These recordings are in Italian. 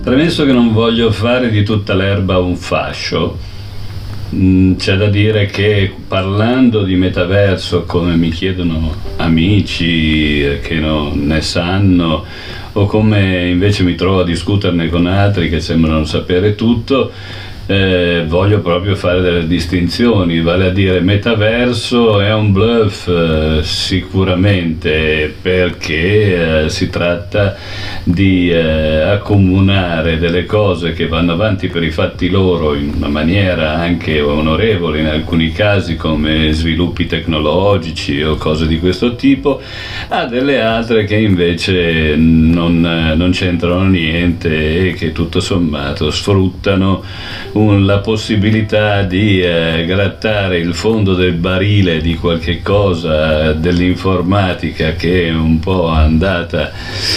Premesso che non voglio fare di tutta l'erba un fascio, c'è da dire che parlando di metaverso, come mi chiedono amici che non ne sanno, o come invece mi trovo a discuterne con altri che sembrano sapere tutto, voglio proprio fare delle distinzioni, vale a dire metaverso è un bluff sicuramente, perché si tratta di accomunare delle cose che vanno avanti per i fatti loro in una maniera anche onorevole in alcuni casi, come sviluppi tecnologici o cose di questo tipo, a delle altre che invece non c'entrano niente e che tutto sommato sfruttano la possibilità di grattare il fondo del barile di qualche cosa dell'informatica che è un po' andata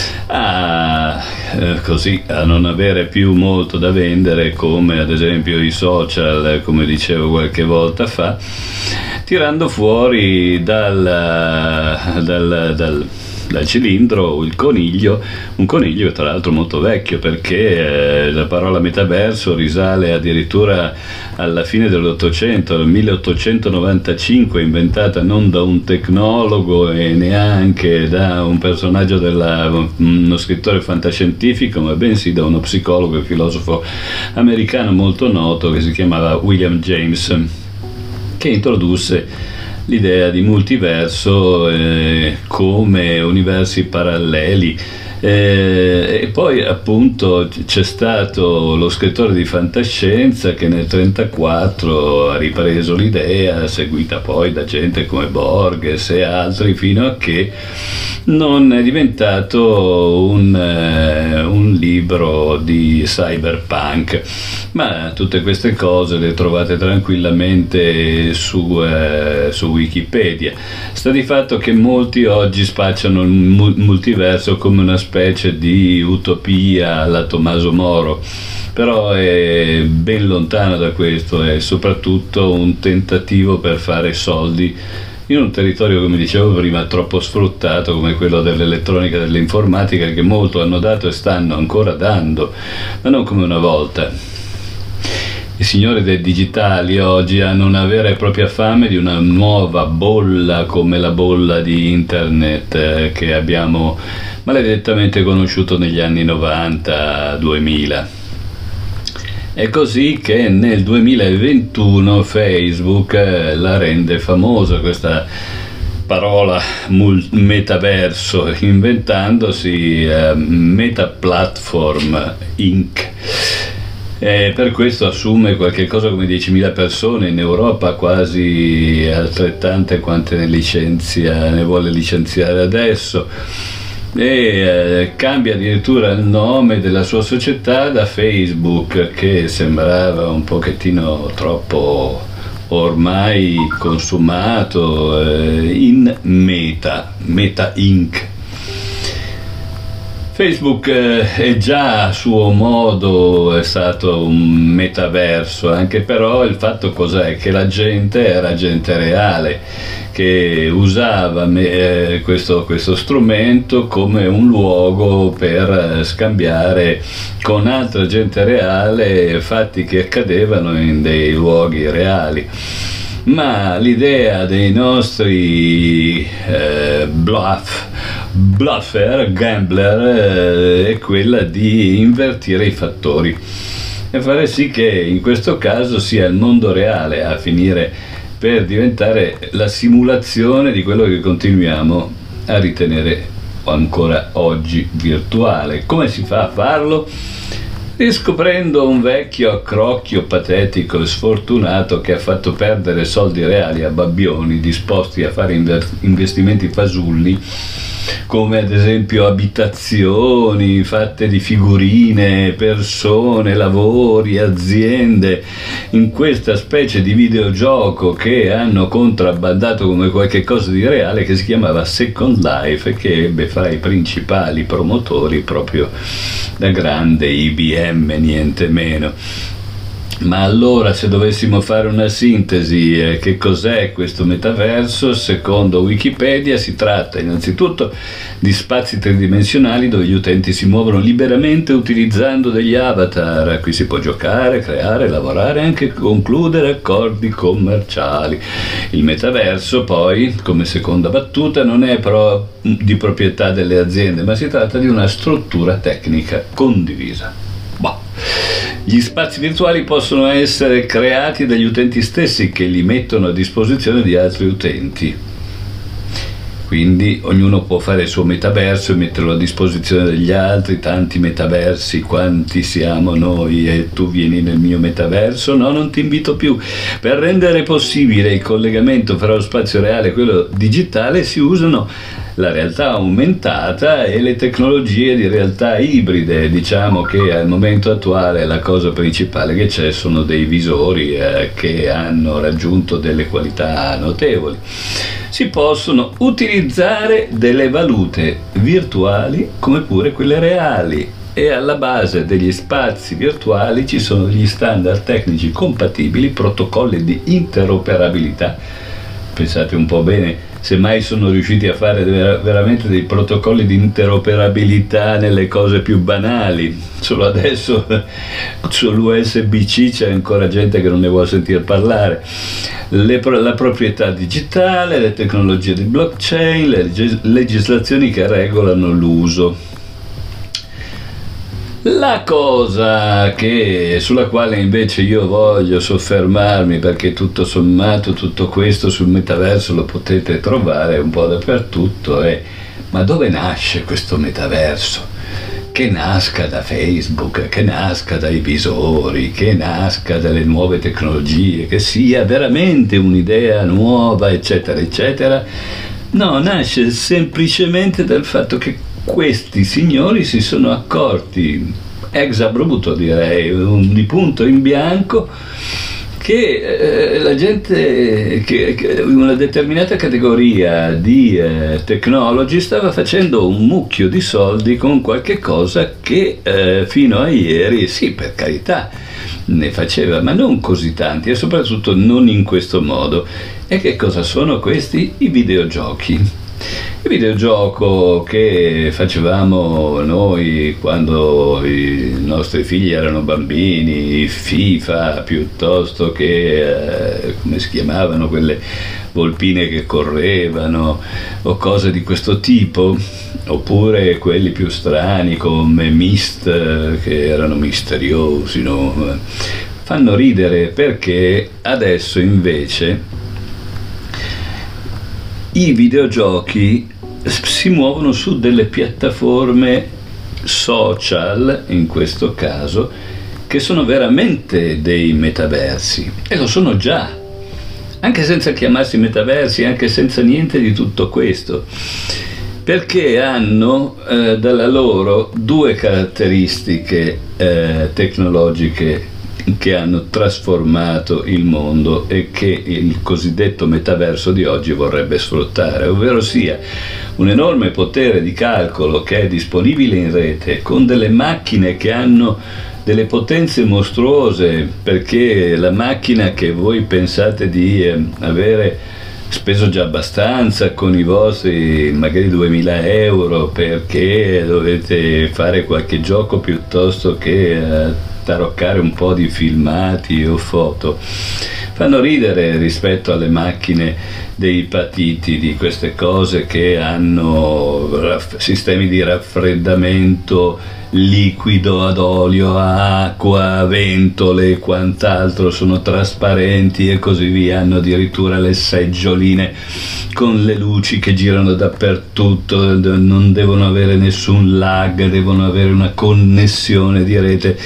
così a non avere più molto da vendere, come ad esempio i social, come dicevo qualche volta fa, tirando fuori dal cilindro il coniglio, un coniglio tra l'altro molto vecchio, perché la parola metaverso risale addirittura alla fine dell'Ottocento, nel 1895, inventata non da un tecnologo e neanche da un personaggio uno scrittore fantascientifico, ma bensì da uno psicologo e filosofo americano molto noto che si chiamava William James, che introdusse l'idea di multiverso come universi paralleli. E poi appunto c'è stato lo scrittore di fantascienza che nel 1934 ha ripreso l'idea, seguita poi da gente come Borges e altri, fino a che non è diventato un libro di cyberpunk. Ma tutte queste cose le trovate tranquillamente su Wikipedia. Sta di fatto che molti oggi spacciano il multiverso come una specie di utopia alla Tommaso Moro, però è ben lontano da questo, è soprattutto un tentativo per fare soldi in un territorio, come dicevo prima, troppo sfruttato come quello dell'elettronica e dell'informatica, che molto hanno dato e stanno ancora dando, ma non come una volta. I signori dei digitali oggi hanno una vera e propria fame di una nuova bolla, come la bolla di internet che abbiamo maledettamente conosciuto negli anni 90-2000. È così che nel 2021 Facebook la rende famosa questa parola metaverso, inventandosi Meta Platform Inc. E per questo assume qualche cosa come 10.000 persone in Europa, quasi altrettante quante ne vuole licenziare adesso, e cambia addirittura il nome della sua società da Facebook, che sembrava un pochettino troppo ormai consumato, in Meta Inc. Facebook è già a suo modo è stato un metaverso, anche però il fatto cos'è? Che la gente era gente reale, che usava questo strumento come un luogo per scambiare con altra gente reale fatti che accadevano in dei luoghi reali. Ma l'idea dei nostri gambler è quella di invertire i fattori e fare sì che in questo caso sia il mondo reale a finire per diventare la simulazione di quello che continuiamo a ritenere ancora oggi virtuale. Come si fa a farlo? Riscoprendo un vecchio accrocchio patetico e sfortunato che ha fatto perdere soldi reali a babbioni disposti a fare investimenti fasulli, come ad esempio abitazioni fatte di figurine, persone, lavori, aziende, in questa specie di videogioco che hanno contrabbandato come qualche cosa di reale, che si chiamava Second Life e che ebbe fra i principali promotori proprio la grande IBM, niente meno. Ma allora, se dovessimo fare una sintesi, che cos'è questo metaverso? Secondo Wikipedia si tratta innanzitutto di spazi tridimensionali dove gli utenti si muovono liberamente utilizzando degli avatar. Qui si può giocare, creare, lavorare e anche concludere accordi commerciali. Il metaverso poi, come seconda battuta, non è però di proprietà delle aziende, ma si tratta di una struttura tecnica condivisa. Boh. Gli spazi virtuali possono essere creati dagli utenti stessi che li mettono a disposizione di altri utenti. Quindi ognuno può fare il suo metaverso e metterlo a disposizione degli altri, tanti metaversi, quanti siamo noi e tu vieni nel mio metaverso? No, non ti invito più. Per rendere possibile il collegamento fra lo spazio reale e quello digitale si usano la realtà aumentata e le tecnologie di realtà ibride. Diciamo che al momento attuale la cosa principale che c'è sono dei visori che hanno raggiunto delle qualità notevoli. Si possono utilizzare delle valute virtuali come pure quelle reali e alla base degli spazi virtuali ci sono degli standard tecnici compatibili, protocolli di interoperabilità. Pensate un po' bene, se mai sono riusciti a fare veramente dei protocolli di interoperabilità nelle cose più banali. Solo adesso sull'USB-C c'è ancora gente che non ne vuole sentire parlare. La proprietà digitale, le tecnologie di blockchain, le legislazioni che regolano l'uso. La cosa sulla quale invece io voglio soffermarmi, perché tutto sommato tutto questo sul metaverso lo potete trovare un po' dappertutto, è: ma dove nasce questo metaverso? Che nasca da Facebook, che nasca dai visori, che nasca dalle nuove tecnologie, che sia veramente un'idea nuova, eccetera, eccetera. No, nasce semplicemente dal fatto che questi signori si sono accorti, ex abrupto direi, di punto in bianco, che la gente, che una determinata categoria di technology stava facendo un mucchio di soldi con qualche cosa che fino a ieri, sì, per carità, ne faceva, ma non così tanti e soprattutto non in questo modo. E che cosa sono questi? I videogiochi. Il videogioco che facevamo noi quando i nostri figli erano bambini, FIFA, piuttosto che, come si chiamavano, quelle volpine che correvano o cose di questo tipo, oppure quelli più strani come Myst, che erano misteriosi, no? Fanno ridere perché adesso invece i videogiochi si muovono su delle piattaforme social, in questo caso, che sono veramente dei metaversi, e lo sono già, anche senza chiamarsi metaversi, anche senza niente di tutto questo, perché hanno dalla loro due caratteristiche tecnologiche che hanno trasformato il mondo e che il cosiddetto metaverso di oggi vorrebbe sfruttare, ovvero sia un enorme potere di calcolo che è disponibile in rete con delle macchine che hanno delle potenze mostruose, perché la macchina che voi pensate di avere speso già abbastanza con i vostri magari 2000 euro perché dovete fare qualche gioco piuttosto che taroccare un po' di filmati o foto, fanno ridere rispetto alle macchine dei patiti, di queste cose che hanno sistemi di raffreddamento liquido ad olio, a acqua, a ventole e quant'altro, sono trasparenti e così via, hanno addirittura le seggioline con le luci che girano dappertutto, non devono avere nessun lag, devono avere una connessione di rete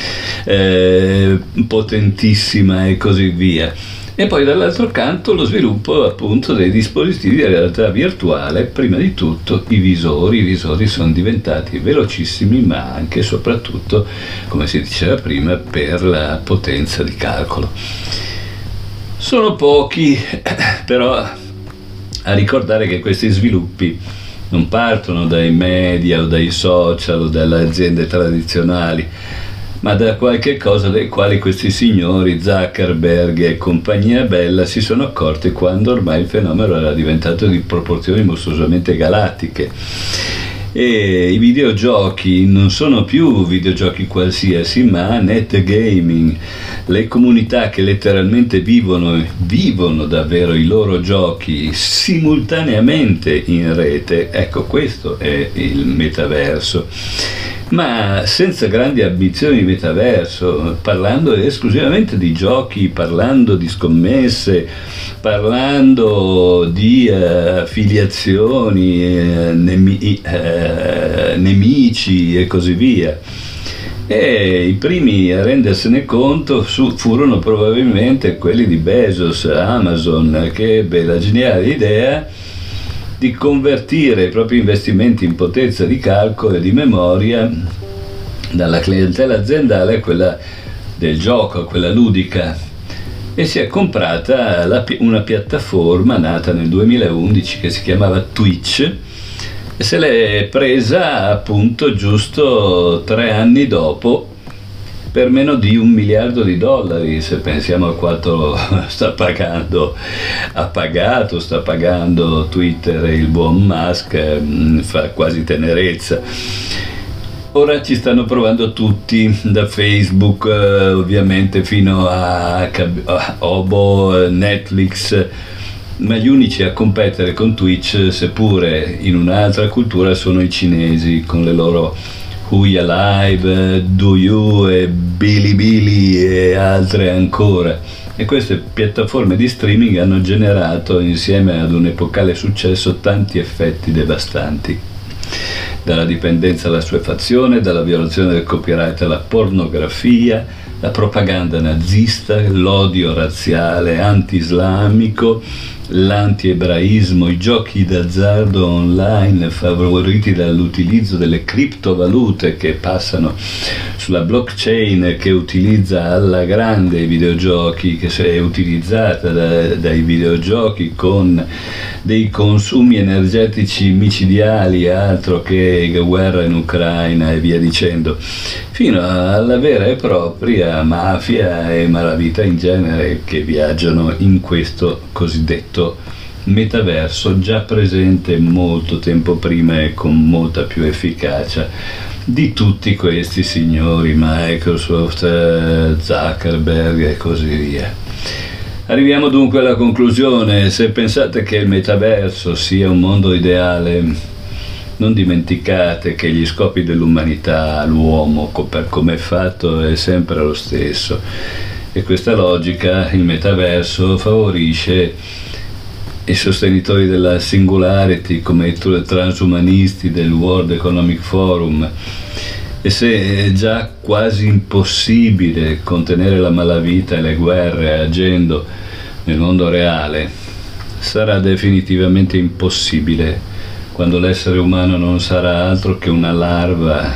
potentissima e così via. E poi dall'altro canto lo sviluppo appunto dei dispositivi di realtà virtuale, prima di tutto i visori sono diventati velocissimi, ma anche e soprattutto, come si diceva prima, per la potenza di calcolo. Sono pochi, però a ricordare che questi sviluppi non partono dai media o dai social o dalle aziende tradizionali, ma da qualche cosa dei quali questi signori Zuckerberg e compagnia bella si sono accorti quando ormai il fenomeno era diventato di proporzioni mostruosamente galattiche. E i videogiochi non sono più videogiochi qualsiasi, ma net gaming, le comunità che letteralmente vivono davvero i loro giochi simultaneamente in rete. Ecco, questo è il metaverso, ma senza grandi ambizioni di metaverso, parlando esclusivamente di giochi, parlando di scommesse, parlando di affiliazioni, nemici e così via. E i primi a rendersene conto furono probabilmente quelli di Bezos, Amazon, che ebbe la geniale idea di convertire i propri investimenti in potenza di calcolo e di memoria dalla clientela aziendale a quella del gioco, a quella ludica, e si è comprata una piattaforma nata nel 2011 che si chiamava Twitch, e se l'è presa appunto giusto 3 anni dopo per meno di $1 miliardo, se pensiamo a quanto sta pagando Twitter e il buon Musk, fa quasi tenerezza. Ora ci stanno provando tutti, da Facebook ovviamente fino a Obo, Netflix, ma gli unici a competere con Twitch, seppure in un'altra cultura, sono i cinesi con le loro Huya Live, Douyu e Bilibili e altre ancora. E queste piattaforme di streaming hanno generato, insieme ad un epocale successo, tanti effetti devastanti. Dalla dipendenza alla assuefazione, dalla violazione del copyright alla pornografia, la propaganda nazista, l'odio razziale, anti-islamico, l'anti-ebraismo, i giochi d'azzardo online favoriti dall'utilizzo delle criptovalute che passano sulla blockchain, che utilizza alla grande i videogiochi, che è utilizzata dai videogiochi con dei consumi energetici micidiali, altro che guerra in Ucraina e via dicendo, fino alla vera e propria mafia e malavita in genere che viaggiano in questo cosiddetto metaverso, già presente molto tempo prima e con molta più efficacia di tutti questi signori Microsoft, Zuckerberg e così via. Arriviamo dunque alla conclusione: se pensate che il metaverso sia un mondo ideale, non dimenticate che gli scopi dell'umanità, l'uomo per come è fatto, è sempre lo stesso, e questa logica, il metaverso, favorisce i sostenitori della singularity come i transumanisti del World Economic Forum. E se è già quasi impossibile contenere la malavita e le guerre agendo nel mondo reale, sarà definitivamente impossibile quando l'essere umano non sarà altro che una larva,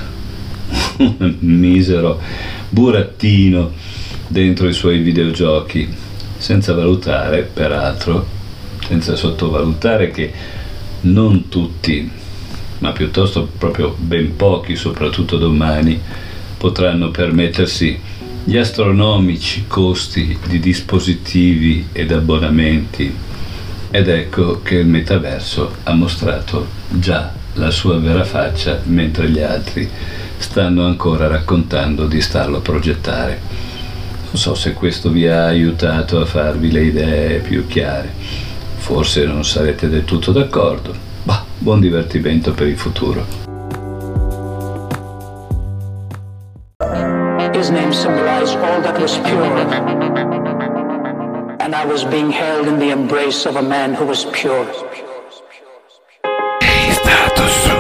un misero burattino dentro i suoi videogiochi, senza valutare, peraltro, senza sottovalutare che non tutti, ma piuttosto proprio ben pochi, soprattutto domani, potranno permettersi gli astronomici costi di dispositivi ed abbonamenti. Ed ecco che il metaverso ha mostrato già la sua vera faccia, mentre gli altri stanno ancora raccontando di starlo a progettare. Non so se questo vi ha aiutato a farvi le idee più chiare. Forse non sarete del tutto d'accordo. Ma buon divertimento per il futuro. His name symbolized all that was pure, and I was being held in the embrace of a man who was pure. È stato